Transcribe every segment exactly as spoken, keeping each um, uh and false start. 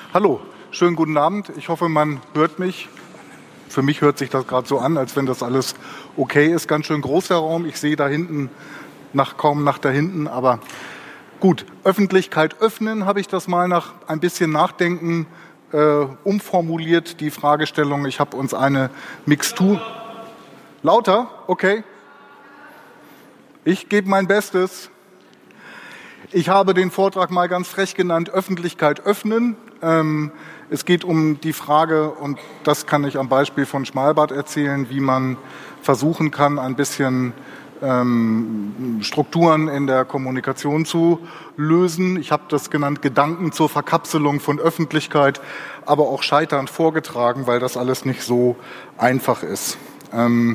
Hallo, schönen guten Abend. Ich hoffe, man hört mich. Für mich hört sich das gerade so an, als wenn das alles okay ist. Ganz schön groß der Raum. Ich sehe da hinten nach, kaum nach da hinten, aber gut. Öffentlichkeit öffnen, habe ich das mal nach ein bisschen Nachdenken äh, umformuliert, die Fragestellung. Ich habe uns eine Mixtur... Lauter? Okay. Ich gebe mein Bestes. Ich habe den Vortrag mal ganz frech genannt, Öffentlichkeit öffnen. Ähm, es geht um die Frage, und das kann ich am Beispiel von Schmalbart erzählen, wie man versuchen kann, ein bisschen ähm, Strukturen in der Kommunikation zu lösen. Ich habe das genannt, Gedanken zur Verkapselung von Öffentlichkeit, aber auch scheiternd vorgetragen, weil das alles nicht so einfach ist. Ähm,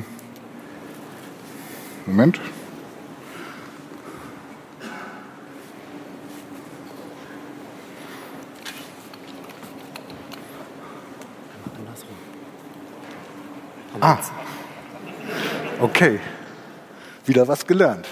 Moment. Ah, okay, wieder was gelernt.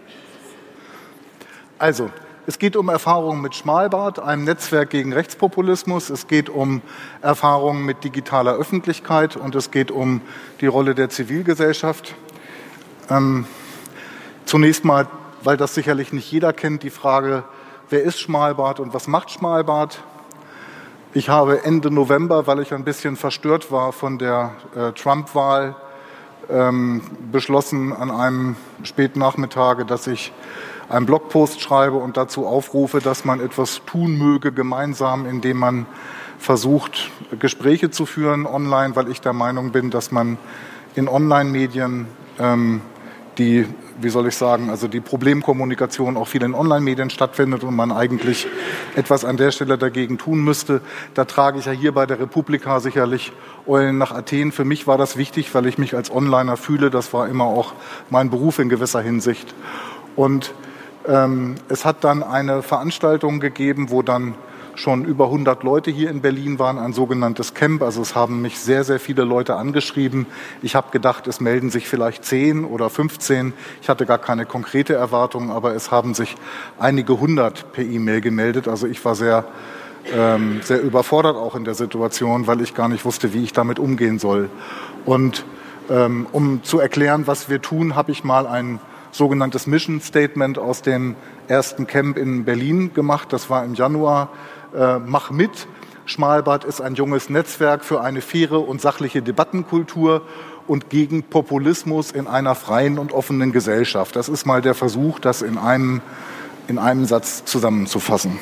Also, es geht um Erfahrungen mit Schmalbart, einem Netzwerk gegen Rechtspopulismus. Es geht um Erfahrungen mit digitaler Öffentlichkeit und es geht um die Rolle der Zivilgesellschaft. Ähm, zunächst mal, weil das sicherlich nicht jeder kennt, die Frage, wer ist Schmalbart und was macht Schmalbart? Ich habe Ende November, weil ich ein bisschen verstört war von der äh, Trump-Wahl, ähm, beschlossen an einem späten Nachmittage, dass ich einen Blogpost schreibe und dazu aufrufe, dass man etwas tun möge gemeinsam, indem man versucht, Gespräche zu führen online, weil ich der Meinung bin, dass man in Online-Medien ähm, die, wie soll ich sagen, also die Problemkommunikation auch viel in Online-Medien stattfindet und man eigentlich etwas an der Stelle dagegen tun müsste. Da trage ich ja hier bei der Republika sicherlich Eulen nach Athen. Für mich war das wichtig, weil ich mich als Onliner fühle. Das war immer auch mein Beruf in gewisser Hinsicht. Und ähm, es hat dann eine Veranstaltung gegeben, wo dann schon über hundert Leute hier in Berlin waren, ein sogenanntes Camp. Also es haben mich sehr, sehr viele Leute angeschrieben. Ich habe gedacht, es melden sich vielleicht zehn oder fünfzehn. Ich hatte gar keine konkrete Erwartung, aber es haben sich einige hundert per E-Mail gemeldet. Also ich war sehr, ähm, sehr überfordert auch in der Situation, weil ich gar nicht wusste, wie ich damit umgehen soll. Und ähm, um zu erklären, was wir tun, habe ich mal ein sogenanntes Mission Statement aus dem ersten Camp in Berlin gemacht. Das war im Januar. Äh, mach mit. Schmalbart ist ein junges Netzwerk für eine faire und sachliche Debattenkultur und gegen Populismus in einer freien und offenen Gesellschaft. Das ist mal der Versuch, das in einem, in einem Satz zusammenzufassen.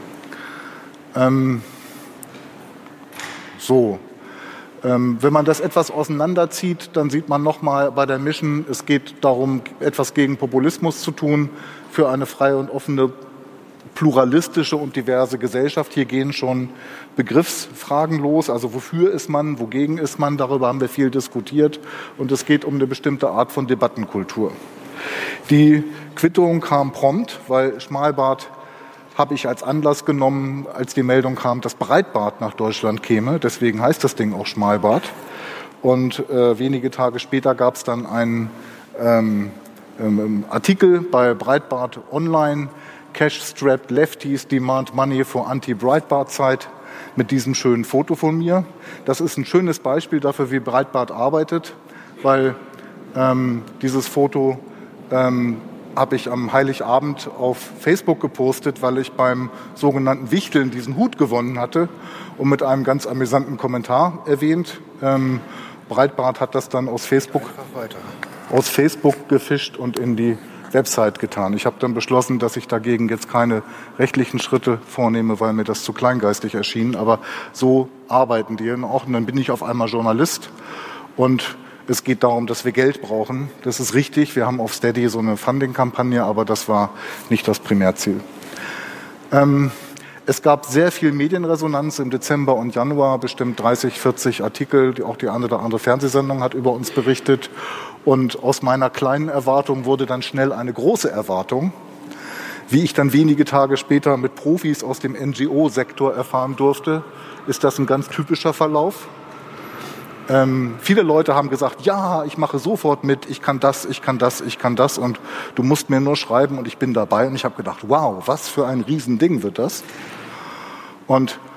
Ähm, so. Ähm, wenn man das etwas auseinanderzieht, dann sieht man nochmal bei der Mission, es geht darum, etwas gegen Populismus zu tun, für eine freie und offene, pluralistische und diverse Gesellschaft. Hier gehen schon Begriffsfragen los, also wofür ist man, wogegen ist man, darüber haben wir viel diskutiert und es geht um eine bestimmte Art von Debattenkultur. Die Quittung kam prompt, weil Schmalbart habe ich als Anlass genommen, als die Meldung kam, dass Breitbart nach Deutschland käme. Deswegen heißt das Ding auch Schmalbart. Und äh, wenige Tage später gab es dann einen ähm, ähm, Artikel bei Breitbart Online, Cash-strapped Lefties demand money for anti-Breitbart-Site, mit diesem schönen Foto von mir. Das ist ein schönes Beispiel dafür, wie Breitbart arbeitet, weil ähm, dieses Foto ähm, habe ich am Heiligabend auf Facebook gepostet, weil ich beim sogenannten Wichteln diesen Hut gewonnen hatte und mit einem ganz amüsanten Kommentar erwähnt. Ähm, Breitbart hat das dann aus Facebook, aus Facebook gefischt und in die Website getan. Ich habe dann beschlossen, dass ich dagegen jetzt keine rechtlichen Schritte vornehme, weil mir das zu kleingeistig erschien. Aber so arbeiten die auch. Und dann bin ich auf einmal Journalist und es geht darum, dass wir Geld brauchen. Das ist richtig. Wir haben auf Steady so eine Funding-Kampagne, aber das war nicht das Primärziel. Ähm, es gab sehr viel Medienresonanz im Dezember und Januar, bestimmt dreißig, vierzig Artikel. Auch die eine oder andere Fernsehsendung hat über uns berichtet. Und aus meiner kleinen Erwartung wurde dann schnell eine große Erwartung. Wie ich dann wenige Tage später mit Profis aus dem N G O-Sektor erfahren durfte, ist das ein ganz typischer Verlauf. Ähm, viele Leute haben gesagt, ja, ich mache sofort mit, ich kann das, ich kann das, ich kann das und du musst mir nur schreiben und ich bin dabei. Und ich habe gedacht, wow, was für ein Riesending wird das. Und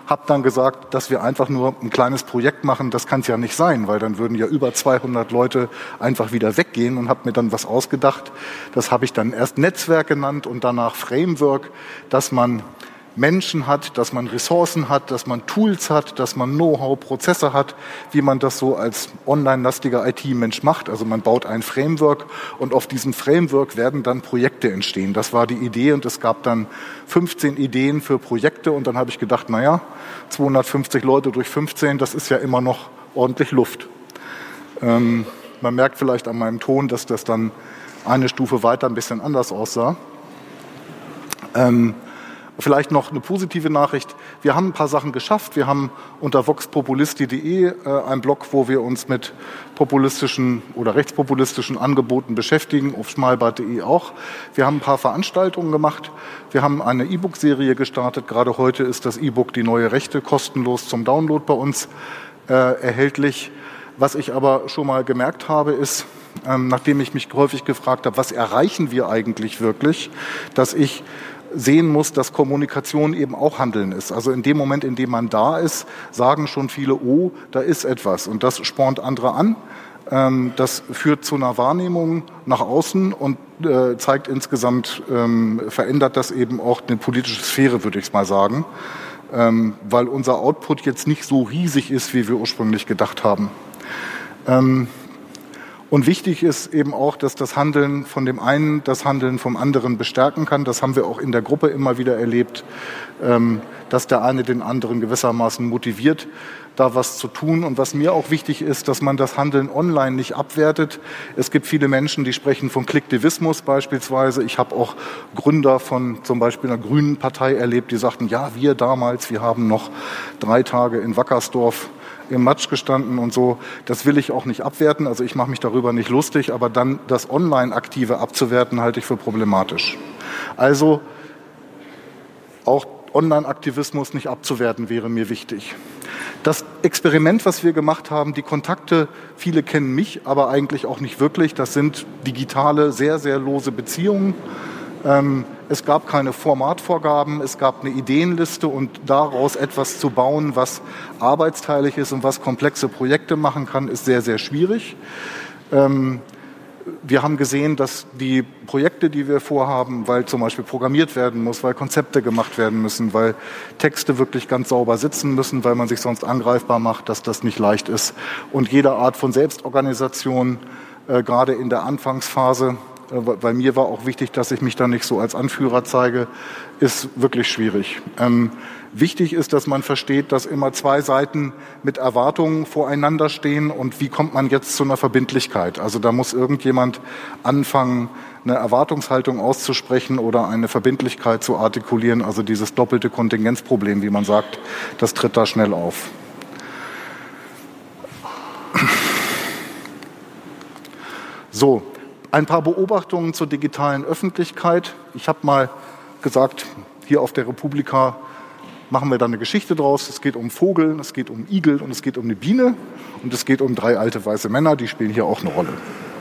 habe dann gesagt, dass wir einfach nur ein kleines Projekt machen. Das kann es ja nicht sein, weil dann würden ja über zweihundert Leute einfach wieder weggehen und habe mir dann was ausgedacht. Das habe ich dann erst Netzwerk genannt und danach Framework, dass man Menschen hat, dass man Ressourcen hat, dass man Tools hat, dass man Know-how, Prozesse hat, wie man das so als online-lastiger I T-Mensch macht. Also man baut ein Framework und auf diesem Framework werden dann Projekte entstehen. Das war die Idee und es gab dann fünfzehn Ideen für Projekte und dann habe ich gedacht, naja, zweihundertfünfzig Leute durch fünfzehn, das ist ja immer noch ordentlich Luft. Ähm, man merkt vielleicht an meinem Ton, dass das dann eine Stufe weiter ein bisschen anders aussah. Ähm, Vielleicht noch eine positive Nachricht. Wir haben ein paar Sachen geschafft. Wir haben unter voxpopulisti punkt de äh, einen Blog, wo wir uns mit populistischen oder rechtspopulistischen Angeboten beschäftigen, auf schmalbart punkt de auch. Wir haben ein paar Veranstaltungen gemacht. Wir haben eine E-Book-Serie gestartet. Gerade heute ist das E-Book Die neue Rechte kostenlos zum Download bei uns äh, erhältlich. Was ich aber schon mal gemerkt habe, ist, ähm, nachdem ich mich häufig gefragt habe, was erreichen wir eigentlich wirklich, dass ich sehen muss, dass Kommunikation eben auch Handeln ist. Also in dem Moment, in dem man da ist, sagen schon viele, oh, da ist etwas. Und das spornt andere an. Das führt zu einer Wahrnehmung nach außen und zeigt insgesamt, verändert das eben auch eine politische Sphäre, würde ich mal sagen. Weil unser Output jetzt nicht so riesig ist, wie wir ursprünglich gedacht haben. Und wichtig ist eben auch, dass das Handeln von dem einen das Handeln vom anderen bestärken kann. Das haben wir auch in der Gruppe immer wieder erlebt, dass der eine den anderen gewissermaßen motiviert, da was zu tun. Und was mir auch wichtig ist, dass man das Handeln online nicht abwertet. Es gibt viele Menschen, die sprechen von Klicktivismus beispielsweise. Ich habe auch Gründer von zum Beispiel einer grünen Partei erlebt, die sagten, ja, wir damals, wir haben noch drei Tage in Wackersdorf im Matsch gestanden und so. Das will ich auch nicht abwerten. Also ich mache mich darüber nicht lustig, aber dann das Online-Aktive abzuwerten, halte ich für problematisch. Also auch Online-Aktivismus nicht abzuwerten, wäre mir wichtig. Das Experiment, was wir gemacht haben, die Kontakte, viele kennen mich, aber eigentlich auch nicht wirklich. Das sind digitale, sehr, sehr lose Beziehungen. Ähm, es gab keine Formatvorgaben, es gab eine Ideenliste und daraus etwas zu bauen, was arbeitsteilig ist und was komplexe Projekte machen kann, ist sehr, sehr schwierig. Ähm, wir haben gesehen, dass die Projekte, die wir vorhaben, weil zum Beispiel programmiert werden muss, weil Konzepte gemacht werden müssen, weil Texte wirklich ganz sauber sitzen müssen, weil man sich sonst angreifbar macht, dass das nicht leicht ist. Und jede Art von Selbstorganisation, äh, gerade in der Anfangsphase, bei mir war auch wichtig, dass ich mich da nicht so als Anführer zeige, ist wirklich schwierig. Ähm, wichtig ist, dass man versteht, dass immer zwei Seiten mit Erwartungen voreinander stehen und wie kommt man jetzt zu einer Verbindlichkeit. Also da muss irgendjemand anfangen, eine Erwartungshaltung auszusprechen oder eine Verbindlichkeit zu artikulieren. Also dieses doppelte Kontingenzproblem, wie man sagt, das tritt da schnell auf. So. Ein paar Beobachtungen zur digitalen Öffentlichkeit. Ich habe mal gesagt, hier auf der Republika machen wir da eine Geschichte draus. Es geht um Vogel, es geht um Igel und es geht um eine Biene und es geht um drei alte weiße Männer, die spielen hier auch eine Rolle.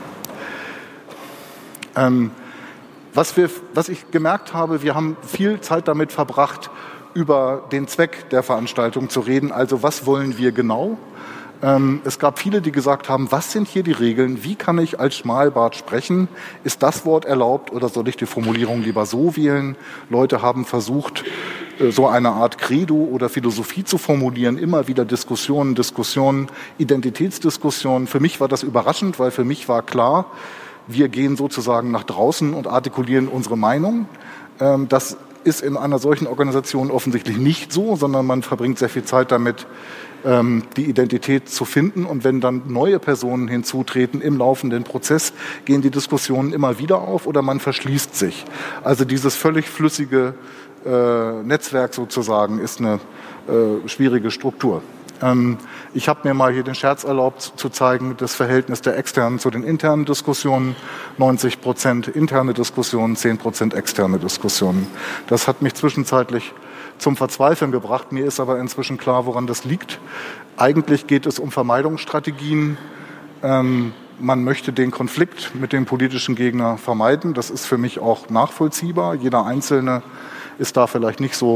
Ähm, was, wir, was ich gemerkt habe, wir haben viel Zeit damit verbracht, über den Zweck der Veranstaltung zu reden. Also was wollen wir genau? Es gab viele, die gesagt haben, was sind hier die Regeln? Wie kann ich als Schmalbart sprechen? Ist das Wort erlaubt oder soll ich die Formulierung lieber so wählen? Leute haben versucht, so eine Art Credo oder Philosophie zu formulieren. Immer wieder Diskussionen, Diskussionen, Identitätsdiskussionen. Für mich war das überraschend, weil für mich war klar, wir gehen sozusagen nach draußen und artikulieren unsere Meinung. Das ist in einer solchen Organisation offensichtlich nicht so, sondern man verbringt sehr viel Zeit damit, die Identität zu finden. Und wenn dann neue Personen hinzutreten im laufenden Prozess, gehen die Diskussionen immer wieder auf oder man verschließt sich. Also dieses völlig flüssige äh, Netzwerk sozusagen ist eine äh, schwierige Struktur. Ähm, ich habe mir mal hier den Scherz erlaubt zu zeigen, das Verhältnis der externen zu den internen Diskussionen. neunzig Prozent interne Diskussionen, zehn Prozent externe Diskussionen. Das hat mich zwischenzeitlich zum Verzweifeln gebracht. Mir ist aber inzwischen klar, woran das liegt. Eigentlich geht es um Vermeidungsstrategien. Ähm, man möchte den Konflikt mit dem politischen Gegner vermeiden. Das ist für mich auch nachvollziehbar. Jeder Einzelne ist da vielleicht nicht so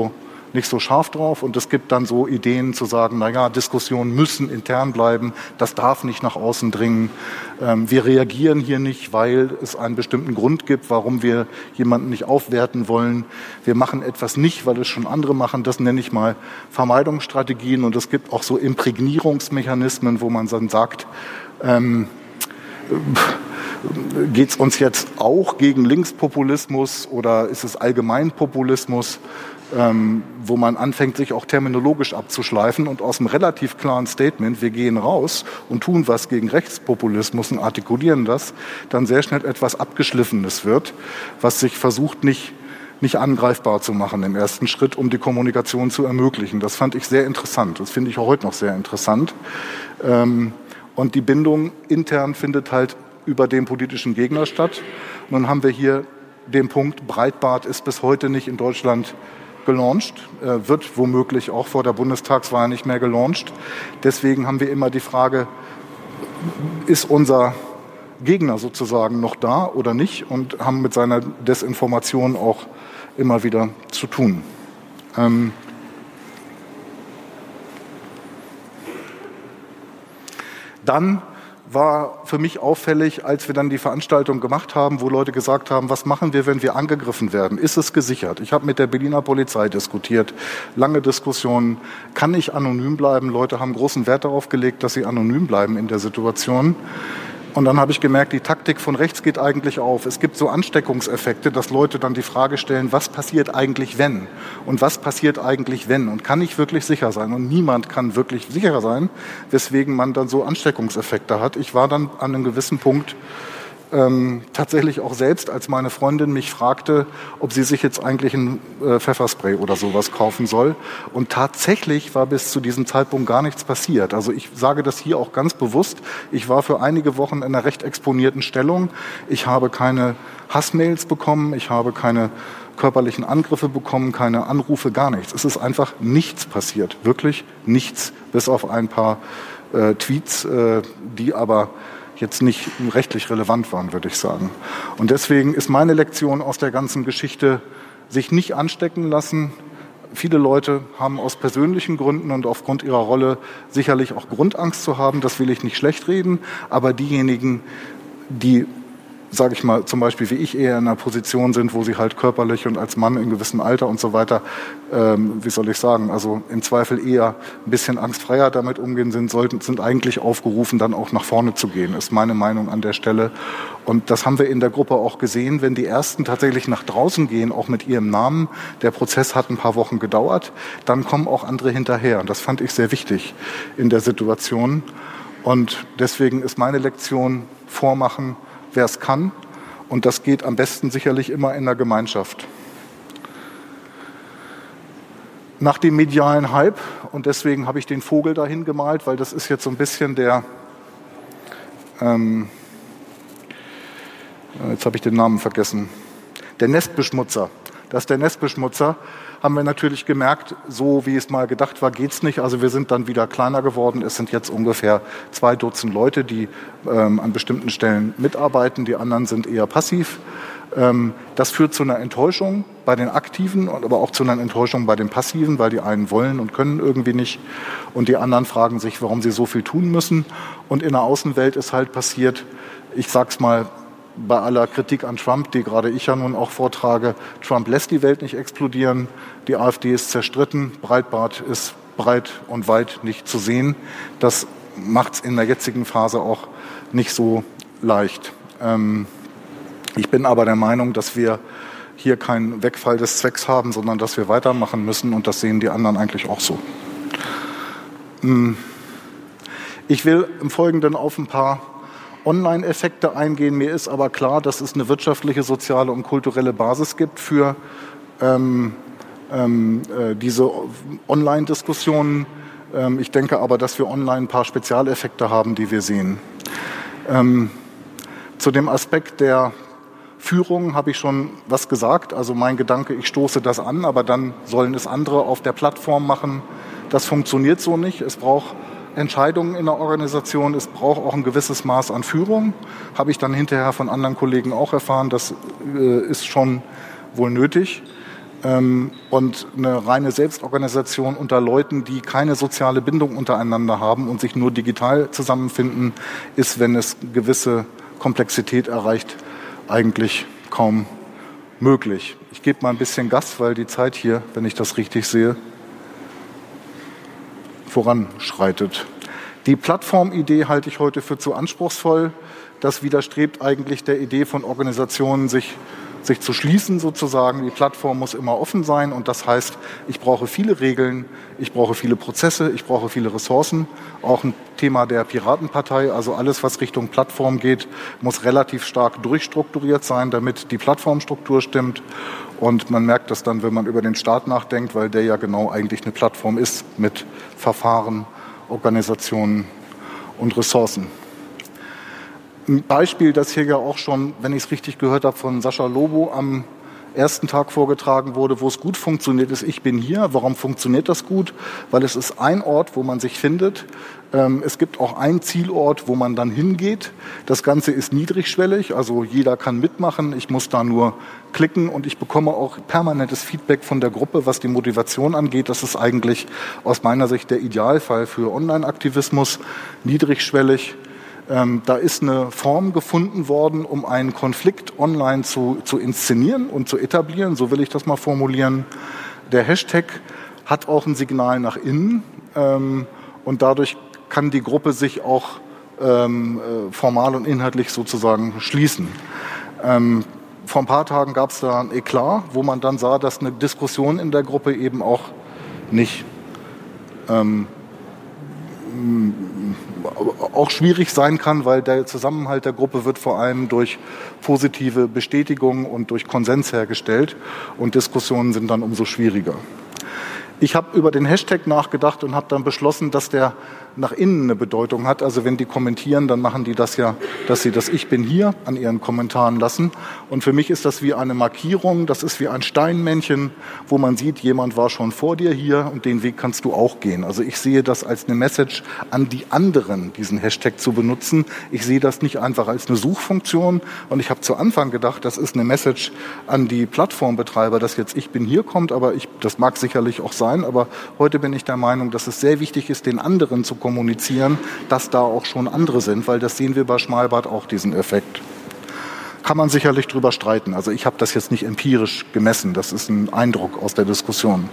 nicht so scharf drauf. Und es gibt dann so Ideen zu sagen, naja, Diskussionen müssen intern bleiben, das darf nicht nach außen dringen. Ähm, wir reagieren hier nicht, weil es einen bestimmten Grund gibt, warum wir jemanden nicht aufwerten wollen. Wir machen etwas nicht, weil es schon andere machen. Das nenne ich mal Vermeidungsstrategien. Und es gibt auch so Imprägnierungsmechanismen, wo man dann sagt, ähm, geht es uns jetzt auch gegen Linkspopulismus oder ist es Allgemeinpopulismus, ähm, wo man anfängt, sich auch terminologisch abzuschleifen und aus einem relativ klaren Statement, wir gehen raus und tun was gegen Rechtspopulismus und artikulieren das, dann sehr schnell etwas Abgeschliffenes wird, was sich versucht, nicht, nicht angreifbar zu machen im ersten Schritt, um die Kommunikation zu ermöglichen. Das fand ich sehr interessant. Das finde ich auch heute noch sehr interessant. Ähm, und die Bindung intern findet halt über den politischen Gegner statt. Nun haben wir hier den Punkt, Breitbart ist bis heute nicht in Deutschland gelauncht, äh, wird womöglich auch vor der Bundestagswahl nicht mehr gelauncht. Deswegen haben wir immer die Frage, ist unser Gegner sozusagen noch da oder nicht, und haben mit seiner Desinformation auch immer wieder zu tun. Ähm Dann war für mich auffällig, als wir dann die Veranstaltung gemacht haben, wo Leute gesagt haben, was machen wir, wenn wir angegriffen werden? Ist es gesichert? Ich habe mit der Berliner Polizei diskutiert, lange Diskussionen. Kann ich anonym bleiben? Leute haben großen Wert darauf gelegt, dass sie anonym bleiben in der Situation. Und dann habe ich gemerkt, die Taktik von rechts geht eigentlich auf. Es gibt so Ansteckungseffekte, dass Leute dann die Frage stellen, was passiert eigentlich, wenn? Und was passiert eigentlich, wenn? Und kann ich wirklich sicher sein? Und niemand kann wirklich sicher sein, weswegen man dann so Ansteckungseffekte hat. Ich war dann an einem gewissen Punkt ähm, tatsächlich auch selbst, als meine Freundin mich fragte, ob sie sich jetzt eigentlich ein äh, Pfefferspray oder sowas kaufen soll. Und tatsächlich war bis zu diesem Zeitpunkt gar nichts passiert. Also ich sage das hier auch ganz bewusst. Ich war für einige Wochen in einer recht exponierten Stellung. Ich habe keine Hassmails bekommen. Ich habe keine körperlichen Angriffe bekommen, keine Anrufe, gar nichts. Es ist einfach nichts passiert. Wirklich nichts. Bis auf ein paar äh, Tweets, äh, die aber jetzt nicht rechtlich relevant waren, würde ich sagen. Und deswegen ist meine Lektion aus der ganzen Geschichte, sich nicht anstecken lassen. Viele Leute haben aus persönlichen Gründen und aufgrund ihrer Rolle sicherlich auch Grundangst zu haben. Das will ich nicht schlecht reden. Aber diejenigen, die, sage ich mal, zum Beispiel wie ich eher in einer Position sind, wo sie halt körperlich und als Mann in gewissem Alter und so weiter, ähm, wie soll ich sagen, also im Zweifel eher ein bisschen angstfreier damit umgehen sind, sollten, sind eigentlich aufgerufen, dann auch nach vorne zu gehen, ist meine Meinung an der Stelle. Und das haben wir in der Gruppe auch gesehen, wenn die Ersten tatsächlich nach draußen gehen, auch mit ihrem Namen, der Prozess hat ein paar Wochen gedauert, dann kommen auch andere hinterher. Und das fand ich sehr wichtig in der Situation. Und deswegen ist meine Lektion, vormachen, wer es kann. Und das geht am besten sicherlich immer in der Gemeinschaft. Nach dem medialen Hype, und deswegen habe ich den Vogel dahin gemalt, weil das ist jetzt so ein bisschen der, ähm, jetzt habe ich den Namen vergessen, der Nestbeschmutzer. Das ist der Nestbeschmutzer, haben wir natürlich gemerkt, so wie es mal gedacht war, geht's nicht. Also wir sind dann wieder kleiner geworden. Es sind jetzt ungefähr zwei Dutzend Leute, die ähm, an bestimmten Stellen mitarbeiten. Die anderen sind eher passiv. Ähm, das führt zu einer Enttäuschung bei den Aktiven, aber auch zu einer Enttäuschung bei den Passiven, weil die einen wollen und können irgendwie nicht. Und die anderen fragen sich, warum sie so viel tun müssen. Und in der Außenwelt ist halt passiert, ich sag's mal, bei aller Kritik an Trump, die gerade ich ja nun auch vortrage, Trump lässt die Welt nicht explodieren, die AfD ist zerstritten, Breitbart ist breit und weit nicht zu sehen. Das macht es in der jetzigen Phase auch nicht so leicht. Ähm, ich bin aber der Meinung, dass wir hier keinen Wegfall des Zwecks haben, sondern dass wir weitermachen müssen, und das sehen die anderen eigentlich auch so. Ich will im Folgenden auf ein paar Online-Effekte eingehen. Mir ist aber klar, dass es eine wirtschaftliche, soziale und kulturelle Basis gibt für ähm, ähm, äh, diese Online-Diskussionen. Ähm, ich denke aber, dass wir online ein paar Spezialeffekte haben, die wir sehen. Ähm, zu dem Aspekt der Führung habe ich schon was gesagt. Also mein Gedanke, ich stoße das an, aber dann sollen es andere auf der Plattform machen. Das funktioniert so nicht. Es braucht Entscheidungen in der Organisation, es braucht auch ein gewisses Maß an Führung. Habe ich dann hinterher von anderen Kollegen auch erfahren, das äh, ist schon wohl nötig. ähm, und eine reine Selbstorganisation unter Leuten, die keine soziale Bindung untereinander haben und sich nur digital zusammenfinden, ist, wenn es gewisse Komplexität erreicht, eigentlich kaum möglich. Ich gebe mal ein bisschen Gas, weil die Zeit hier, wenn ich das richtig sehe, voranschreitet. Die Plattformidee halte ich heute für zu anspruchsvoll. Das widerstrebt eigentlich der Idee von Organisationen, sich, sich zu schließen sozusagen. Die Plattform muss immer offen sein und das heißt, ich brauche viele Regeln, ich brauche viele Prozesse, ich brauche viele Ressourcen. Auch ein Thema der Piratenpartei, also alles, was Richtung Plattform geht, muss relativ stark durchstrukturiert sein, damit die Plattformstruktur stimmt. Und man merkt das dann, wenn man über den Staat nachdenkt, weil der ja genau eigentlich eine Plattform ist mit Verfahren, Organisationen und Ressourcen. Ein Beispiel, das hier ja auch schon, wenn ich es richtig gehört habe, von Sascha Lobo am ersten Tag vorgetragen wurde, wo es gut funktioniert, ist Ich bin hier. Warum funktioniert das gut? Weil es ist ein Ort, wo man sich findet. Es gibt auch einen Zielort, wo man dann hingeht. Das Ganze ist niedrigschwellig, also jeder kann mitmachen. Ich muss da nur klicken und ich bekomme auch permanentes Feedback von der Gruppe, was die Motivation angeht. Das ist eigentlich aus meiner Sicht der Idealfall für Online-Aktivismus. Niedrigschwellig. Ähm, da ist eine Form gefunden worden, um einen Konflikt online zu, zu inszenieren und zu etablieren, so will ich das mal formulieren. Der Hashtag hat auch ein Signal nach innen ähm, und dadurch kann die Gruppe sich auch ähm, formal und inhaltlich sozusagen schließen. Ähm, vor ein paar Tagen gab es da ein Eklat, wo man dann sah, dass eine Diskussion in der Gruppe eben auch nicht ähm, auch schwierig sein kann, weil der Zusammenhalt der Gruppe wird vor allem durch positive Bestätigung und durch Konsens hergestellt und Diskussionen sind dann umso schwieriger. Ich habe über den Hashtag nachgedacht und habe dann beschlossen, dass der nach innen eine Bedeutung hat. Also wenn die kommentieren, dann machen die das ja, dass sie das Ich bin hier an ihren Kommentaren lassen. Und für mich ist das wie eine Markierung, das ist wie ein Steinmännchen, wo man sieht, jemand war schon vor dir hier und den Weg kannst du auch gehen. Also ich sehe das als eine Message an die anderen, diesen Hashtag zu benutzen. Ich sehe das nicht einfach als eine Suchfunktion. Und ich habe zu Anfang gedacht, das ist eine Message an die Plattformbetreiber, dass jetzt Ich bin hier kommt, aber ich, das mag sicherlich auch sein. Aber heute bin ich der Meinung, dass es sehr wichtig ist, den anderen zu kommunizieren, dass da auch schon andere sind, weil das sehen wir bei Schmalbart auch, diesen Effekt. Kann man sicherlich drüber streiten. Also ich habe das jetzt nicht empirisch gemessen, das ist ein Eindruck aus der Diskussion.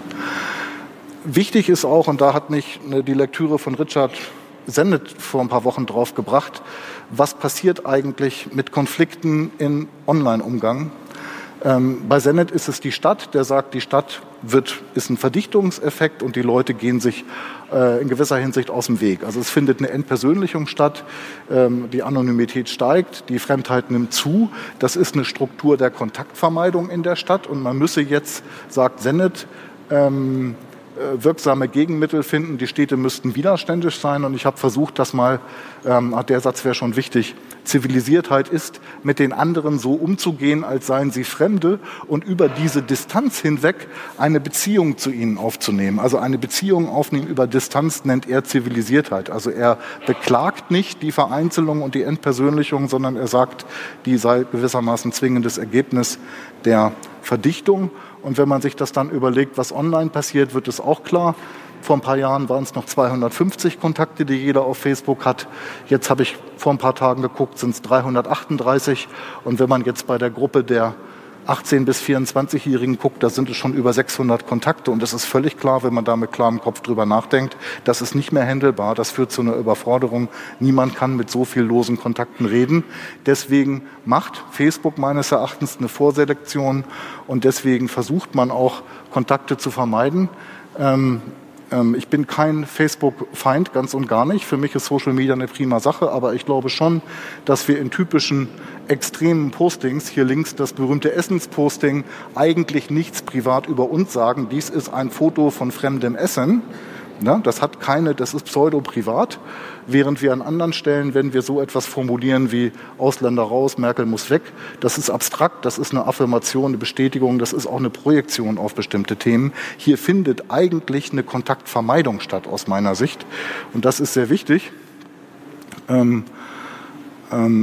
Wichtig ist auch, und da hat mich die Lektüre von Richard Sennett vor ein paar Wochen drauf gebracht, was passiert eigentlich mit Konflikten im Online-Umgang. Ähm, bei Sennett ist es die Stadt, der sagt, die Stadt wird, ist ein Verdichtungseffekt und die Leute gehen sich äh, in gewisser Hinsicht aus dem Weg. Also es findet eine Entpersönlichung statt, ähm, die Anonymität steigt, die Fremdheit nimmt zu. Das ist eine Struktur der Kontaktvermeidung in der Stadt und man müsse jetzt, sagt Sennett, ähm, wirksame Gegenmittel finden. Die Städte müssten widerständig sein und ich habe versucht, das mal, ähm, der Satz wäre schon wichtig, Zivilisiertheit ist, mit den anderen so umzugehen, als seien sie Fremde und über diese Distanz hinweg eine Beziehung zu ihnen aufzunehmen. Also eine Beziehung aufnehmen über Distanz nennt er Zivilisiertheit. Also er beklagt nicht die Vereinzelung und die Entpersönlichung, sondern er sagt, die sei gewissermaßen zwingendes Ergebnis der Verdichtung. Und wenn man sich das dann überlegt, was online passiert, wird es auch klar. Vor ein paar Jahren waren es noch zweihundertfünfzig Kontakte, die jeder auf Facebook hat. Jetzt habe ich vor ein paar Tagen geguckt, sind es dreihundertachtunddreißig. Und wenn man jetzt bei der Gruppe der achtzehn- bis vierundzwanzigjährigen guckt, da sind es schon über sechshundert Kontakte. Und es ist völlig klar, wenn man da mit klarem Kopf drüber nachdenkt, das ist nicht mehr handelbar. Das führt zu einer Überforderung. Niemand kann mit so viel losen Kontakten reden. Deswegen macht Facebook meines Erachtens eine Vorselektion und deswegen versucht man auch, Kontakte zu vermeiden. Ähm, Ich bin kein Facebook-Feind, ganz und gar nicht. Für mich ist Social Media eine prima Sache, aber ich glaube schon, dass wir in typischen extremen Postings, hier links das berühmte Essensposting, eigentlich nichts privat über uns sagen. Dies ist ein Foto von fremdem Essen. Ja, das hat keine, das ist pseudo-privat, während wir an anderen Stellen, wenn wir so etwas formulieren wie Ausländer raus, Merkel muss weg, das ist abstrakt, das ist eine Affirmation, eine Bestätigung, das ist auch eine Projektion auf bestimmte Themen. Hier findet eigentlich eine Kontaktvermeidung statt, aus meiner Sicht. Und das ist sehr wichtig. Ähm, ähm,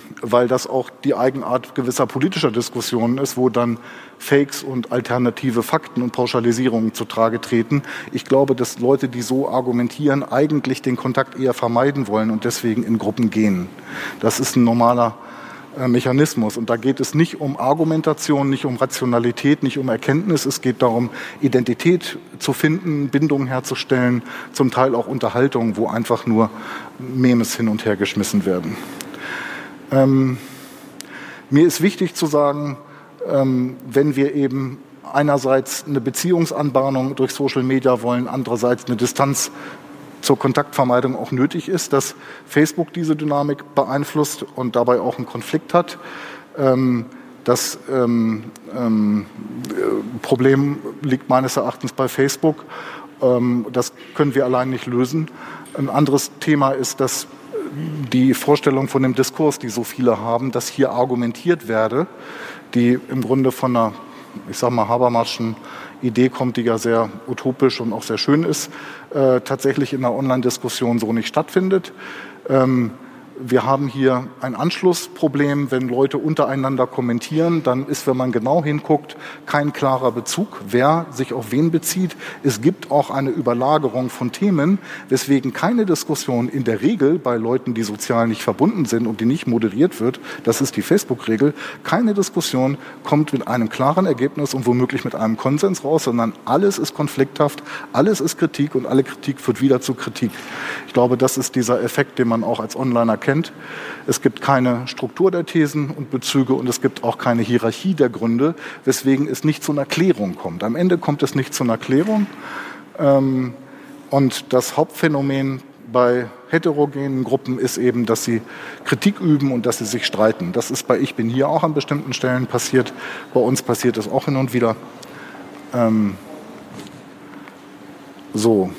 weil das auch die Eigenart gewisser politischer Diskussionen ist, wo dann Fakes und alternative Fakten und Pauschalisierungen zutage treten. Ich glaube, dass Leute, die so argumentieren, eigentlich den Kontakt eher vermeiden wollen und deswegen in Gruppen gehen. Das ist ein normaler äh, Mechanismus. Und da geht es nicht um Argumentation, nicht um Rationalität, nicht um Erkenntnis. Es geht darum, Identität zu finden, Bindungen herzustellen, zum Teil auch Unterhaltung, wo einfach nur Memes hin und her geschmissen werden. Ähm, mir ist wichtig zu sagen, ähm, wenn wir eben einerseits eine Beziehungsanbahnung durch Social Media wollen, andererseits eine Distanz zur Kontaktvermeidung auch nötig ist, dass Facebook diese Dynamik beeinflusst und dabei auch einen Konflikt hat. Ähm, das ähm, ähm, Problem liegt meines Erachtens bei Facebook. Ähm, das können wir allein nicht lösen. Ein anderes Thema ist, dass die Vorstellung von dem Diskurs, die so viele haben, dass hier argumentiert werde, die im Grunde von einer, ich sag mal, Habermaschen Idee kommt, die ja sehr utopisch und auch sehr schön ist, äh, tatsächlich in der Online-Diskussion so nicht stattfindet. Ähm, Wir haben hier ein Anschlussproblem, wenn Leute untereinander kommentieren, dann ist, wenn man genau hinguckt, kein klarer Bezug, wer sich auf wen bezieht. Es gibt auch eine Überlagerung von Themen, weswegen keine Diskussion in der Regel bei Leuten, die sozial nicht verbunden sind und die nicht moderiert wird, das ist die Facebook-Regel, keine Diskussion kommt mit einem klaren Ergebnis und womöglich mit einem Konsens raus, sondern alles ist konflikthaft, alles ist Kritik und alle Kritik führt wieder zu Kritik. Ich glaube, das ist dieser Effekt, den man auch als Onliner kennt. Es gibt keine Struktur der Thesen und Bezüge und es gibt auch keine Hierarchie der Gründe, weswegen es nicht zu einer Klärung kommt. Am Ende kommt es nicht zu einer Klärung. Und das Hauptphänomen bei heterogenen Gruppen ist eben, dass sie Kritik üben und dass sie sich streiten. Das ist bei Ich bin hier auch an bestimmten Stellen passiert. Bei uns passiert es auch hin und wieder. Ähm, so.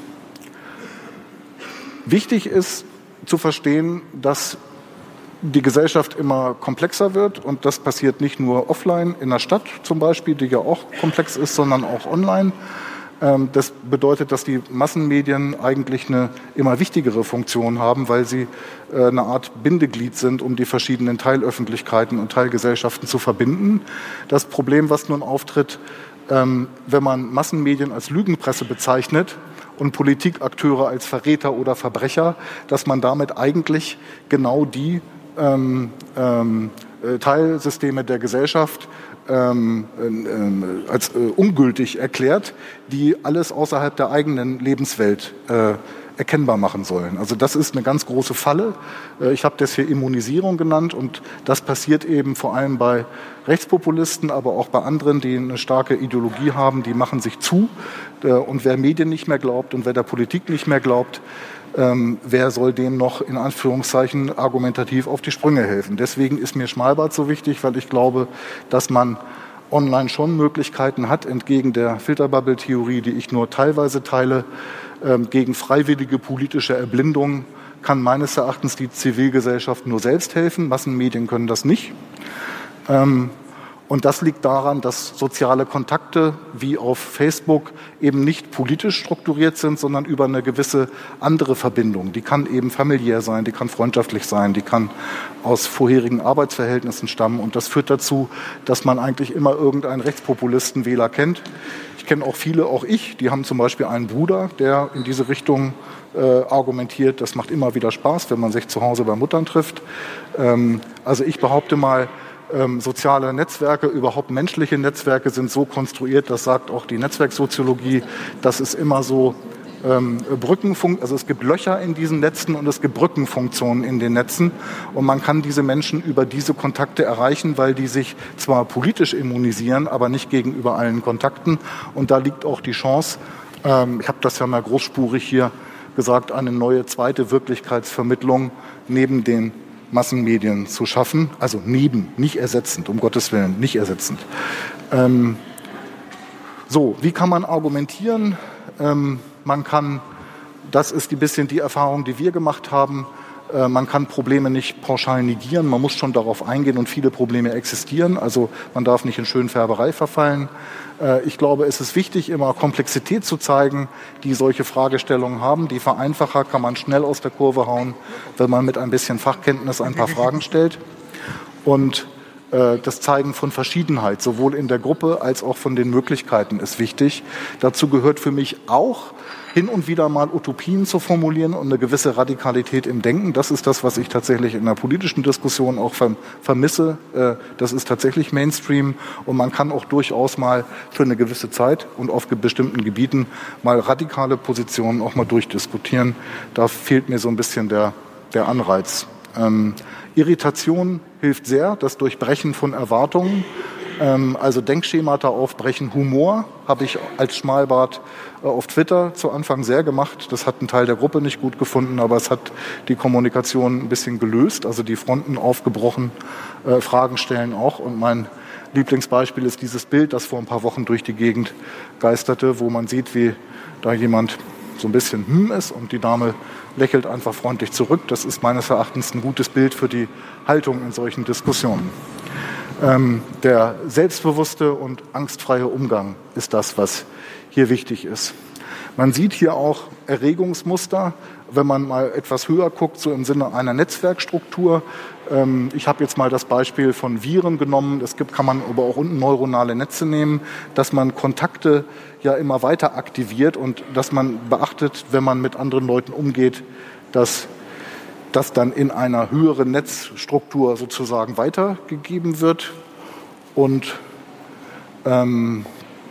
Wichtig ist zu verstehen, dass die Gesellschaft immer komplexer wird und das passiert nicht nur offline in der Stadt zum Beispiel, die ja auch komplex ist, sondern auch online. Das bedeutet, dass die Massenmedien eigentlich eine immer wichtigere Funktion haben, weil sie eine Art Bindeglied sind, um die verschiedenen Teilöffentlichkeiten und Teilgesellschaften zu verbinden. Das Problem, was nun auftritt, wenn man Massenmedien als Lügenpresse bezeichnet und Politikakteure als Verräter oder Verbrecher, dass man damit eigentlich genau die ähm, ähm, Teilsysteme der Gesellschaft ähm, äh, als äh, ungültig erklärt, die alles außerhalb der eigenen Lebenswelt äh, erkennbar machen sollen. Also das ist eine ganz große Falle. Ich habe das hier Immunisierung genannt und das passiert eben vor allem bei Rechtspopulisten, aber auch bei anderen, die eine starke Ideologie haben, die machen sich zu. Und wer Medien nicht mehr glaubt und wer der Politik nicht mehr glaubt, ähm, wer soll dem noch in Anführungszeichen argumentativ auf die Sprünge helfen? Deswegen ist mir Schmalbart so wichtig, weil ich glaube, dass man online schon Möglichkeiten hat, entgegen der Filterbubble-Theorie, die ich nur teilweise teile, ähm, gegen freiwillige politische Erblindung kann meines Erachtens die Zivilgesellschaft nur selbst helfen. Massenmedien können das nicht. Ähm, und das liegt daran, dass soziale Kontakte wie auf Facebook eben nicht politisch strukturiert sind, sondern über eine gewisse andere Verbindung. Die kann eben familiär sein, die kann freundschaftlich sein, die kann aus vorherigen Arbeitsverhältnissen stammen. Und das führt dazu, dass man eigentlich immer irgendeinen Rechtspopulisten-Wähler kennt. Ich kenne auch viele, auch ich, die haben zum Beispiel einen Bruder, der in diese Richtung äh, argumentiert. Das macht immer wieder Spaß, wenn man sich zu Hause bei Muttern trifft. Ähm, also ich behaupte mal, ähm, soziale Netzwerke, überhaupt menschliche Netzwerke sind so konstruiert, das sagt auch die Netzwerksoziologie, dass es immer so ähm, Brückenfunk, also es gibt Löcher in diesen Netzen und es gibt Brückenfunktionen in den Netzen und man kann diese Menschen über diese Kontakte erreichen, weil die sich zwar politisch immunisieren, aber nicht gegenüber allen Kontakten und da liegt auch die Chance, ähm, ich habe das ja mal großspurig hier gesagt, eine neue zweite Wirklichkeitsvermittlung neben den Massenmedien zu schaffen, also neben, nicht ersetzend, um Gottes Willen, nicht ersetzend. Ähm, so, wie kann man argumentieren? Ähm, man kann, das ist ein bisschen die Erfahrung, die wir gemacht haben, äh, man kann Probleme nicht pauschal negieren, man muss schon darauf eingehen und viele Probleme existieren. Also man darf nicht in Schönfärberei verfallen. Äh, ich glaube, es ist wichtig, immer Komplexität zu zeigen, die solche Fragestellungen haben. Die Vereinfacher kann man schnell aus der Kurve hauen, wenn man mit ein bisschen Fachkenntnis ein paar Fragen stellt. Und das Zeigen von Verschiedenheit, sowohl in der Gruppe als auch von den Möglichkeiten, ist wichtig. Dazu gehört für mich auch, hin und wieder mal Utopien zu formulieren und eine gewisse Radikalität im Denken. Das ist das, was ich tatsächlich in der politischen Diskussion auch vermisse. Das ist tatsächlich Mainstream und man kann auch durchaus mal für eine gewisse Zeit und auf bestimmten Gebieten mal radikale Positionen auch mal durchdiskutieren. Da fehlt mir so ein bisschen der, der Anreiz. Ähm, Irritation hilft sehr, das Durchbrechen von Erwartungen, ähm, also Denkschemata aufbrechen. Humor habe ich als Schmalbart äh, auf Twitter zu Anfang sehr gemacht. Das hat ein Teil der Gruppe nicht gut gefunden, aber es hat die Kommunikation ein bisschen gelöst, also die Fronten aufgebrochen, äh, Fragen stellen auch. Und mein Lieblingsbeispiel ist dieses Bild, das vor ein paar Wochen durch die Gegend geisterte, wo man sieht, wie da jemand so ein bisschen hm ist und die Dame lächelt einfach freundlich zurück. Das ist meines Erachtens ein gutes Bild für die Haltung in solchen Diskussionen. Ähm, der selbstbewusste und angstfreie Umgang ist das, was hier wichtig ist. Man sieht hier auch Erregungsmuster, wenn man mal etwas höher guckt, so im Sinne einer Netzwerkstruktur. Ähm, ich habe jetzt mal das Beispiel von Viren genommen. Es gibt, kann man aber auch unten neuronale Netze nehmen, dass man Kontakte ja immer weiter aktiviert und dass man beachtet, wenn man mit anderen Leuten umgeht, dass das dann in einer höheren Netzstruktur sozusagen weitergegeben wird. Und ähm,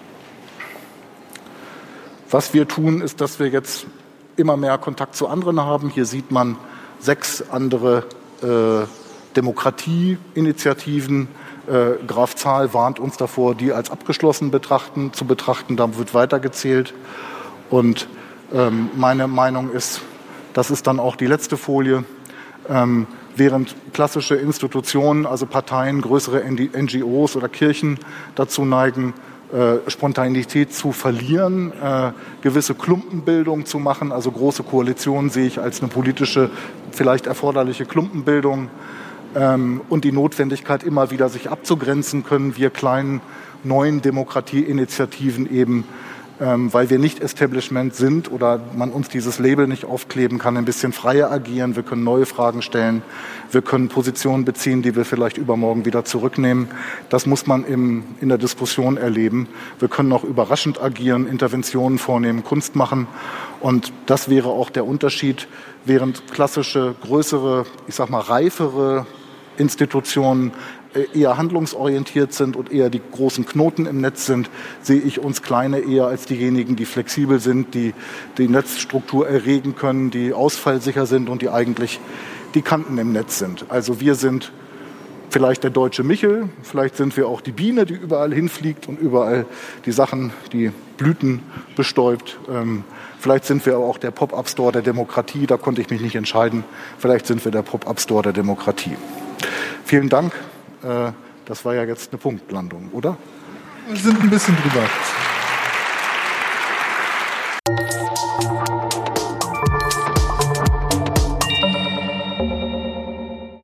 was wir tun, ist, dass wir jetzt immer mehr Kontakt zu anderen haben. Hier sieht man sechs andere äh, Demokratieinitiativen. Äh, Graf Zahl warnt uns davor, die als abgeschlossen betrachten, zu betrachten. Da wird weitergezählt. Und ähm, meine Meinung ist, das ist dann auch die letzte Folie, ähm, während klassische Institutionen, also Parteien, größere N G Os oder Kirchen dazu neigen, äh, Spontanität zu verlieren, äh, gewisse Klumpenbildung zu machen, also große Koalitionen sehe ich als eine politische, vielleicht erforderliche Klumpenbildung. Und die Notwendigkeit, immer wieder sich abzugrenzen, können wir kleinen neuen Demokratieinitiativen eben, weil wir nicht Establishment sind oder man uns dieses Label nicht aufkleben kann, ein bisschen freier agieren. Wir können neue Fragen stellen. Wir können Positionen beziehen, die wir vielleicht übermorgen wieder zurücknehmen. Das muss man im, in der Diskussion erleben. Wir können auch überraschend agieren, Interventionen vornehmen, Kunst machen. Und das wäre auch der Unterschied, während klassische, größere, ich sag mal, reifere Institutionen eher handlungsorientiert sind und eher die großen Knoten im Netz sind, sehe ich uns Kleine eher als diejenigen, die flexibel sind, die die Netzstruktur erregen können, die ausfallsicher sind und die eigentlich die Kanten im Netz sind. Also wir sind vielleicht der deutsche Michel, vielleicht sind wir auch die Biene, die überall hinfliegt und überall die Sachen, die Blüten bestäubt. Ähm, vielleicht sind wir auch der Pop-up-Store der Demokratie, da konnte ich mich nicht entscheiden. Vielleicht sind wir der Pop-up-Store der Demokratie. Vielen Dank. Das war ja jetzt eine Punktlandung, oder? Wir sind ein bisschen drüber.